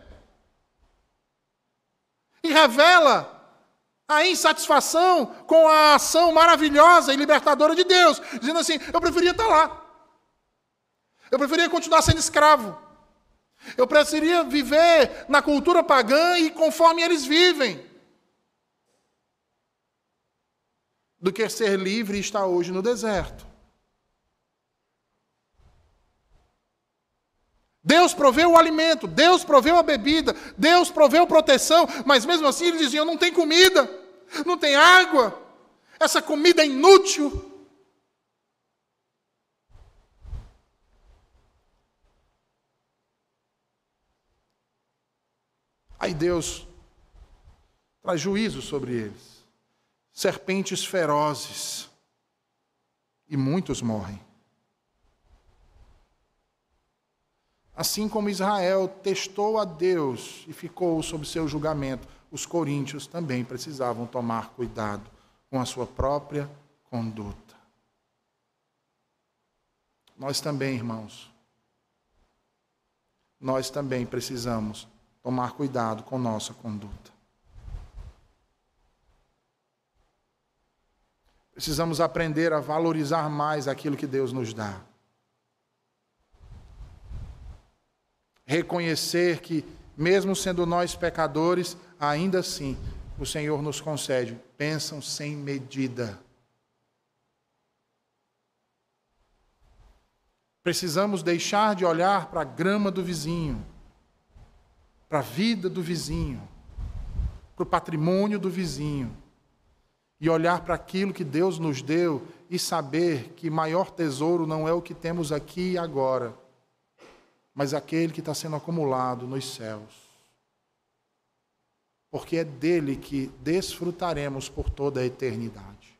E revela a insatisfação com a ação maravilhosa e libertadora de Deus, dizendo assim: eu preferia estar lá. Eu preferia continuar sendo escravo. Eu preferia viver na cultura pagã e conforme eles vivem, do que ser livre e estar hoje no deserto. Deus proveu o alimento, Deus proveu a bebida, Deus proveu proteção, mas mesmo assim eles diziam: não tem comida, não tem água, essa comida é inútil. Aí Deus traz juízo sobre eles, serpentes ferozes, e muitos morrem. Assim como Israel testou a Deus e ficou sob seu julgamento, os coríntios também precisavam tomar cuidado com a sua própria conduta. Nós também, irmãos, nós também precisamos tomar cuidado com nossa conduta. Precisamos aprender a valorizar mais aquilo que Deus nos dá. Reconhecer que, mesmo sendo nós pecadores, ainda assim o Senhor nos concede bênção sem medida. Precisamos deixar de olhar para a grama do vizinho, para a vida do vizinho, para o patrimônio do vizinho, e olhar para aquilo que Deus nos deu e saber que maior tesouro não é o que temos aqui e agora, mas aquele que está sendo acumulado nos céus. Porque é dele que desfrutaremos por toda a eternidade.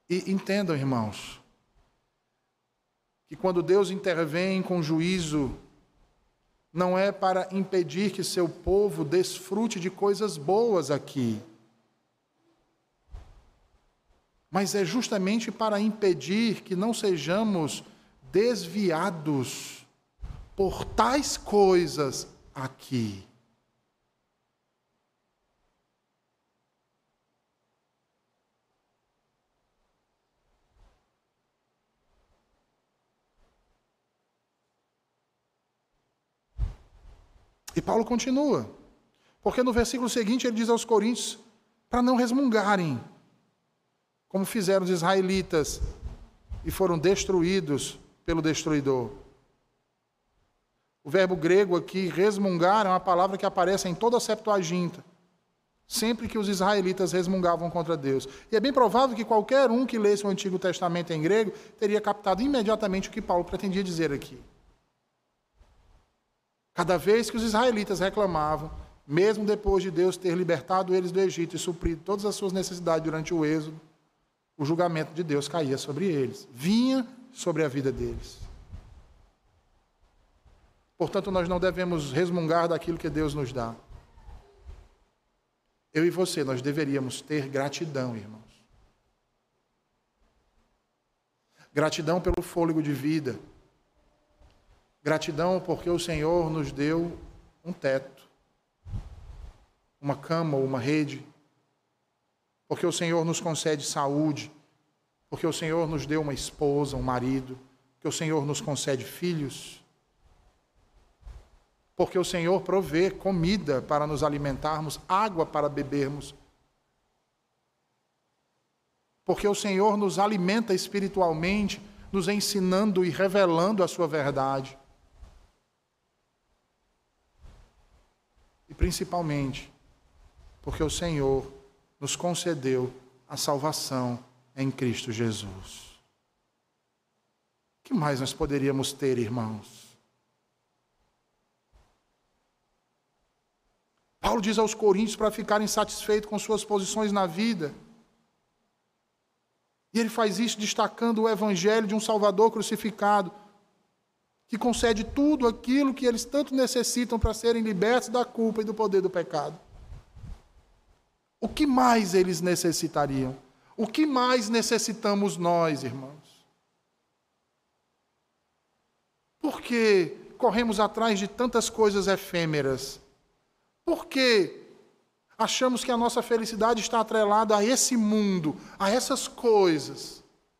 E entendam, irmãos, que quando Deus intervém com juízo, não é para impedir que seu povo desfrute de coisas boas aqui, mas é justamente para impedir que não sejamos desviados por tais coisas aqui. E Paulo continua, porque no versículo seguinte ele diz aos coríntios para não resmungarem, como fizeram os israelitas e foram destruídos pelo destruidor. O verbo grego aqui, resmungar, é uma palavra que aparece em toda a Septuaginta, sempre que os israelitas resmungavam contra Deus. E é bem provável que qualquer um que lesse o Antigo Testamento em grego teria captado imediatamente o que Paulo pretendia dizer aqui. Cada vez que os israelitas reclamavam, mesmo depois de Deus ter libertado eles do Egito e suprido todas as suas necessidades durante o êxodo, o julgamento de Deus caía sobre eles, vinha sobre a vida deles. Portanto, nós não devemos resmungar daquilo que Deus nos dá. Eu e você, nós deveríamos ter gratidão, irmãos. Gratidão pelo fôlego de vida. Gratidão porque o Senhor nos deu um teto, uma cama ou uma rede, porque o Senhor nos concede saúde, porque o Senhor nos deu uma esposa, um marido, porque o Senhor nos concede filhos, porque o Senhor provê comida para nos alimentarmos, água para bebermos, porque o Senhor nos alimenta espiritualmente, nos ensinando e revelando a sua verdade. E principalmente, porque o Senhor nos concedeu a salvação em Cristo Jesus. O que mais nós poderíamos ter, irmãos? Paulo diz aos coríntios para ficarem satisfeitos com suas posições na vida. E ele faz isso destacando o evangelho de um Salvador crucificado, que concede tudo aquilo que eles tanto necessitam para serem libertos da culpa e do poder do pecado. O que mais eles necessitariam? O que mais necessitamos nós, irmãos? Por que corremos atrás de tantas coisas efêmeras? Por que achamos que a nossa felicidade está atrelada a esse mundo, a essas coisas?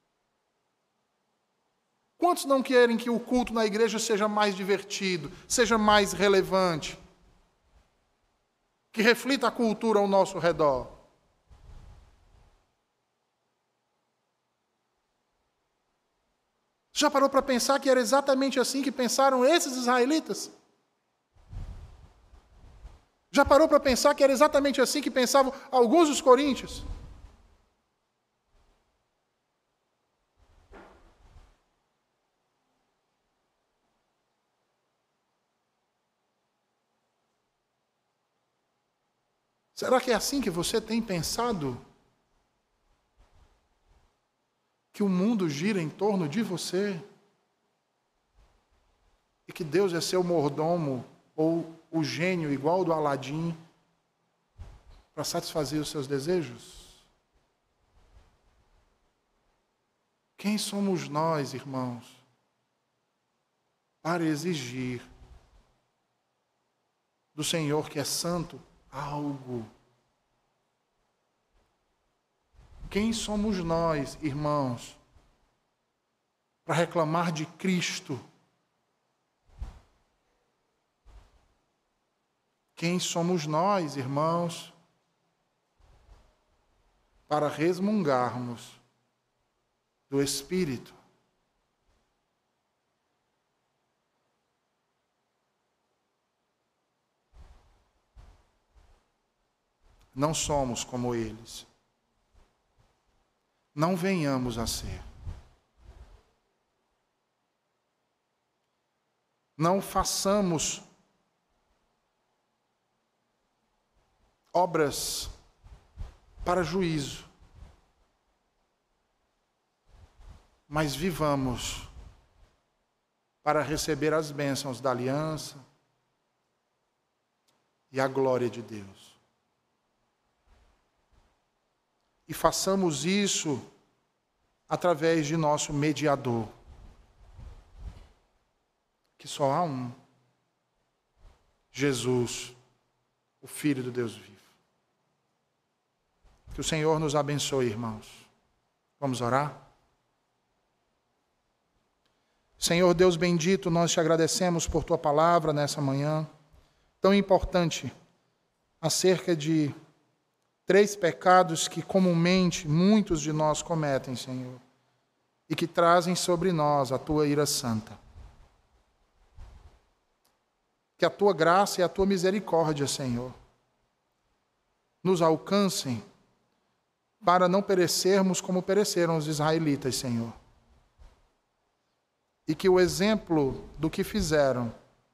Quantos não querem que o culto na igreja seja mais divertido, seja mais relevante, que reflita a cultura ao nosso redor? Já parou para pensar que era exatamente assim que pensaram esses israelitas? Já parou para pensar que era exatamente assim que pensavam alguns dos coríntios? Será que é assim que você tem pensado? Que o mundo gira em torno de você? E que Deus é seu mordomo ou o gênio igual do Aladim para satisfazer os seus desejos? Quem somos nós, irmãos, para exigir do Senhor, que é santo, algo? Quem somos nós, irmãos, para reclamar de Cristo? Quem somos nós, irmãos, para resmungarmos do Espírito? Não somos como eles. Não venhamos a ser. Não façamos obras para juízo. mas vivamos para receber as bênçãos da aliança e a glória de Deus. E façamos isso através de nosso mediador, que só há um, Jesus, o Filho do Deus vivo. Que o Senhor nos abençoe, irmãos. Vamos orar? Senhor Deus bendito, nós te agradecemos por tua palavra nessa manhã, tão importante, acerca de três pecados que comumente muitos de nós cometem, Senhor, e que trazem sobre nós a tua ira santa. Que a tua graça e a tua misericórdia, Senhor, nos alcancem para não perecermos como pereceram os israelitas, Senhor. E que o exemplo do que fizeram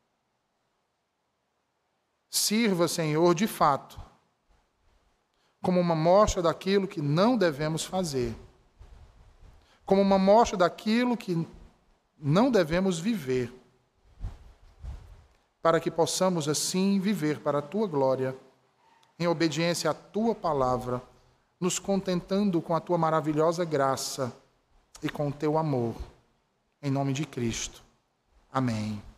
sirva, Senhor, de fato, como uma mostra daquilo que não devemos fazer, como uma mostra daquilo que não devemos viver, para que possamos assim viver para a tua glória, em obediência à tua palavra, nos contentando com a tua maravilhosa graça e com o teu amor. Em nome de Cristo. Amém.